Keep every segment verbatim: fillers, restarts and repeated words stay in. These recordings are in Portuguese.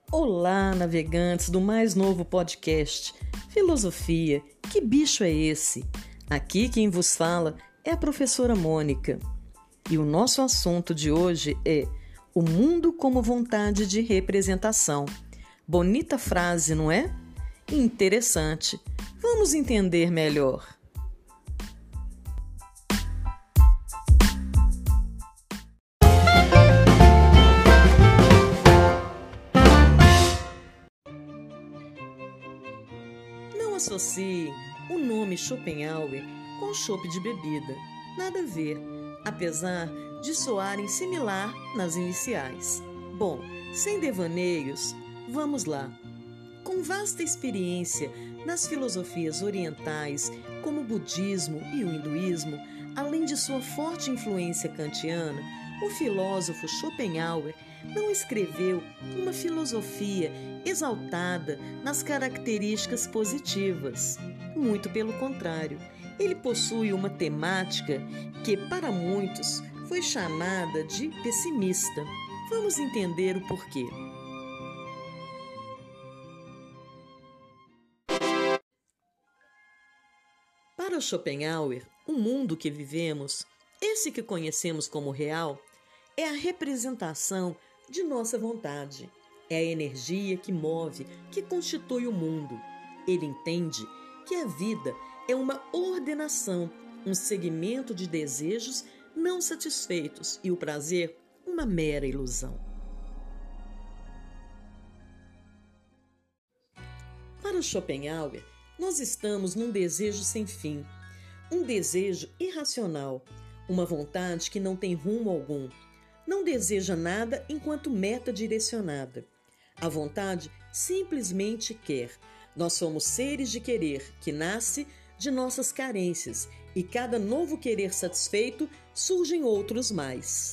Olá, navegantes do mais novo podcast Filosofia, que bicho é esse? Aqui quem vos fala é a professora Mônica. E o nosso assunto de hoje é o mundo como vontade de representação. Bonita frase, não é? Interessante. Vamos entender melhor. Não associe o nome Schopenhauer com chope de bebida. Nada a ver, apesar de soarem similar nas iniciais. Bom, sem devaneios, vamos lá. Com vasta experiência nas filosofias orientais, como o budismo e o hinduísmo, além de sua forte influência kantiana, o filósofo Schopenhauer não escreveu uma filosofia exaltada nas características positivas. Muito pelo contrário, ele possui uma temática que, para muitos, foi chamada de pessimista. Vamos entender o porquê. Para Schopenhauer, o mundo que vivemos, esse que conhecemos como real, é a representação de nossa vontade. É a energia que move, que constitui o mundo. Ele entende que a vida é uma ordenação, um segmento de desejos não satisfeitos e o prazer uma mera ilusão. Para Schopenhauer, nós estamos num desejo sem fim, um desejo irracional, uma vontade que não tem rumo algum. Não deseja nada enquanto meta direcionada. A vontade simplesmente quer. Nós somos seres de querer, que nasce de nossas carências, e cada novo querer satisfeito surgem outros mais.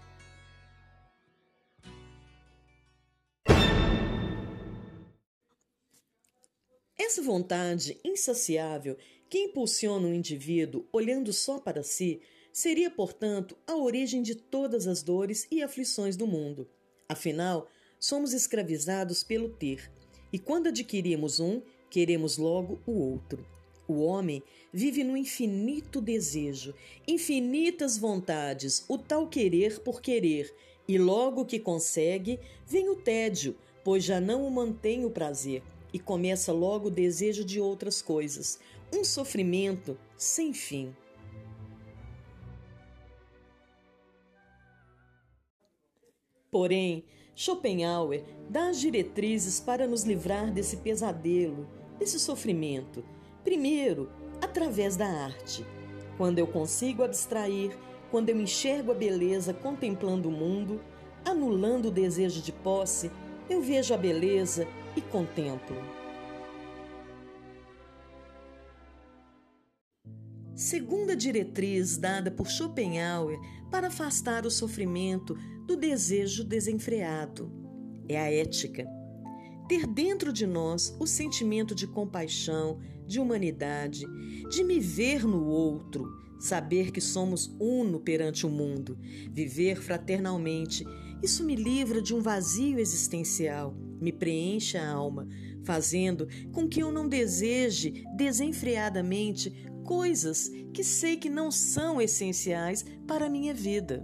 Essa vontade insaciável que impulsiona o indivíduo olhando só para si seria, portanto, a origem de todas as dores e aflições do mundo. Afinal, somos escravizados pelo ter, e quando adquirimos um, queremos logo o outro. O homem vive no infinito desejo, infinitas vontades, o tal querer por querer, e logo que consegue, vem o tédio, pois já não o mantém o prazer, e começa logo o desejo de outras coisas, um sofrimento sem fim. Porém, Schopenhauer dá as diretrizes para nos livrar desse pesadelo, desse sofrimento. Primeiro, através da arte. Quando eu consigo abstrair, quando eu enxergo a beleza contemplando o mundo, anulando o desejo de posse, eu vejo a beleza e contemplo. Segunda diretriz dada por Schopenhauer para afastar o sofrimento do desejo desenfreado é a ética. Ter dentro de nós o sentimento de compaixão, de humanidade, de me ver no outro, saber que somos uno perante o mundo, viver fraternalmente. Isso me livra de um vazio existencial, me preenche a alma, fazendo com que eu não deseje desenfreadamente coisas que sei que não são essenciais para a minha vida.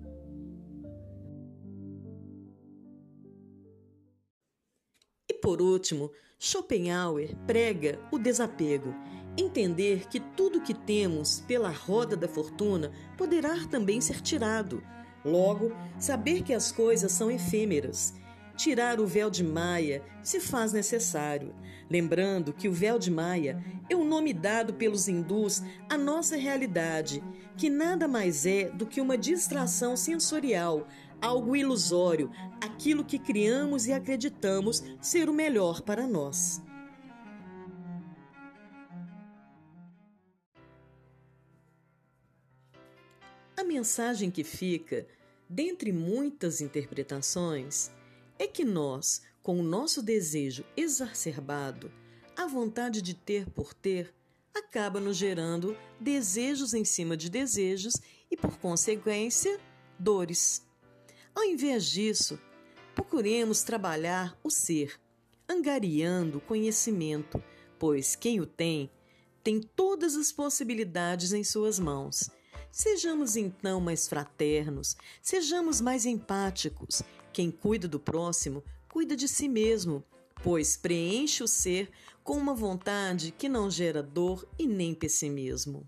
E por último, Schopenhauer prega o desapego, entender que tudo que temos pela roda da fortuna poderá também ser tirado. Logo, saber que as coisas são efêmeras. Tirar o véu de Maia se faz necessário, lembrando que o véu de Maia é o nome dado pelos hindus à nossa realidade, que nada mais é do que uma distração sensorial, algo ilusório, aquilo que criamos e acreditamos ser o melhor para nós. A mensagem que fica, dentre muitas interpretações, é que nós, com o nosso desejo exacerbado, a vontade de ter por ter, acaba nos gerando desejos em cima de desejos e, por consequência, dores. Ao invés disso, por procuremos trabalhar o ser, angariando conhecimento, pois quem o tem, tem todas as possibilidades em suas mãos. Sejamos então mais fraternos, sejamos mais empáticos. Quem cuida do próximo, cuida de si mesmo, pois preenche o ser com uma vontade que não gera dor e nem pessimismo.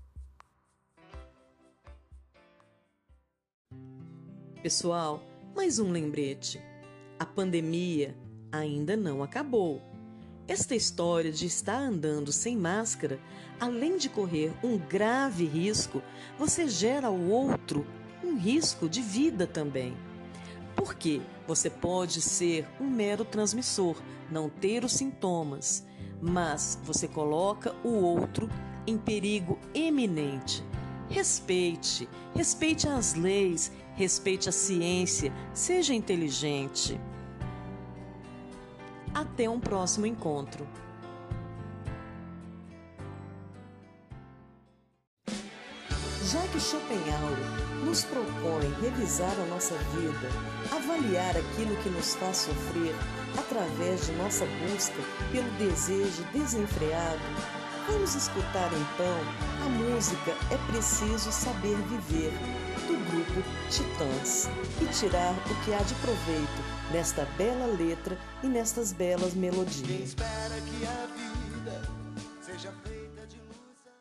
Pessoal, mais um lembrete. A pandemia ainda não acabou. Esta história de estar andando sem máscara, além de correr um grave risco, você gera ao outro um risco de vida também. Porque você pode ser um mero transmissor, não ter os sintomas, mas você coloca o outro em perigo eminente. Respeite, respeite as leis, respeite a ciência, seja inteligente. Até um próximo encontro. Já que Schopenhauer nos propõe revisar a nossa vida, avaliar aquilo que nos faz sofrer através de nossa busca pelo desejo desenfreado, vamos escutar então a música É Preciso Saber Viver, do grupo Titãs, e tirar o que há de proveito nesta bela letra e nestas belas melodias. Quem espera que a vida seja feita de ilusão.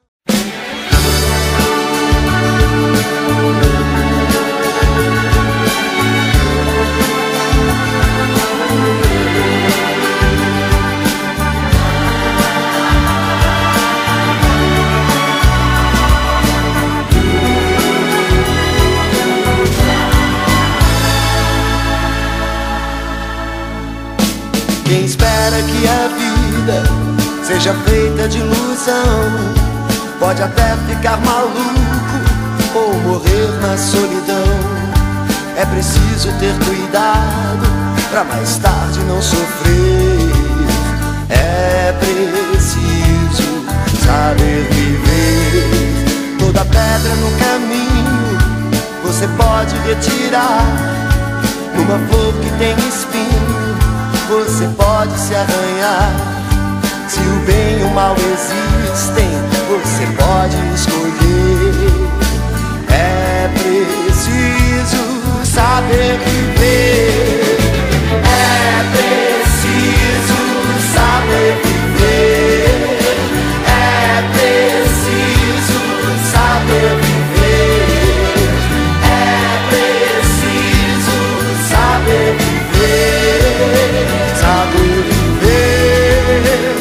Quem espera que a vida seja feita de ilusão pode até ficar maluco ou morrer na solidão. É preciso ter cuidado pra mais tarde não sofrer. É preciso saber viver. Toda pedra no caminho você pode retirar. Numa flor que tem espinho você pode se arranhar. Se o bem e o mal existem, você pode escolher. É preciso saber viver. É preciso saber viver. É preciso saber viver. É preciso saber viver. Saber viver.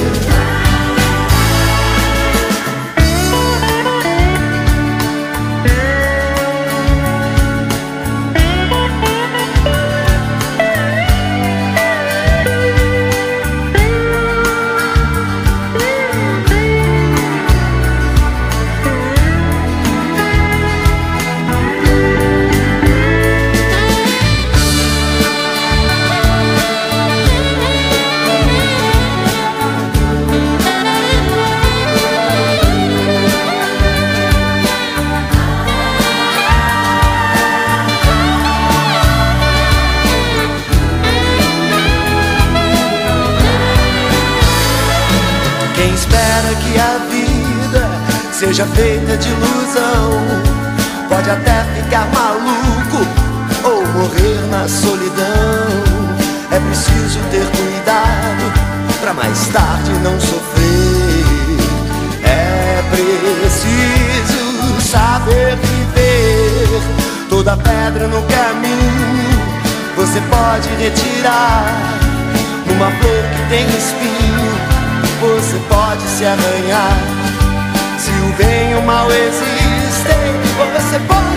Quem espera que a vida seja feita de ilusão pode até ficar maluco ou morrer na solidão. É preciso ter cuidado pra mais tarde não sofrer. É preciso saber viver. Toda pedra no caminho você pode retirar. Numa flor que tem espinho você pode se arranhar. Se o bem e o mal existem, você pode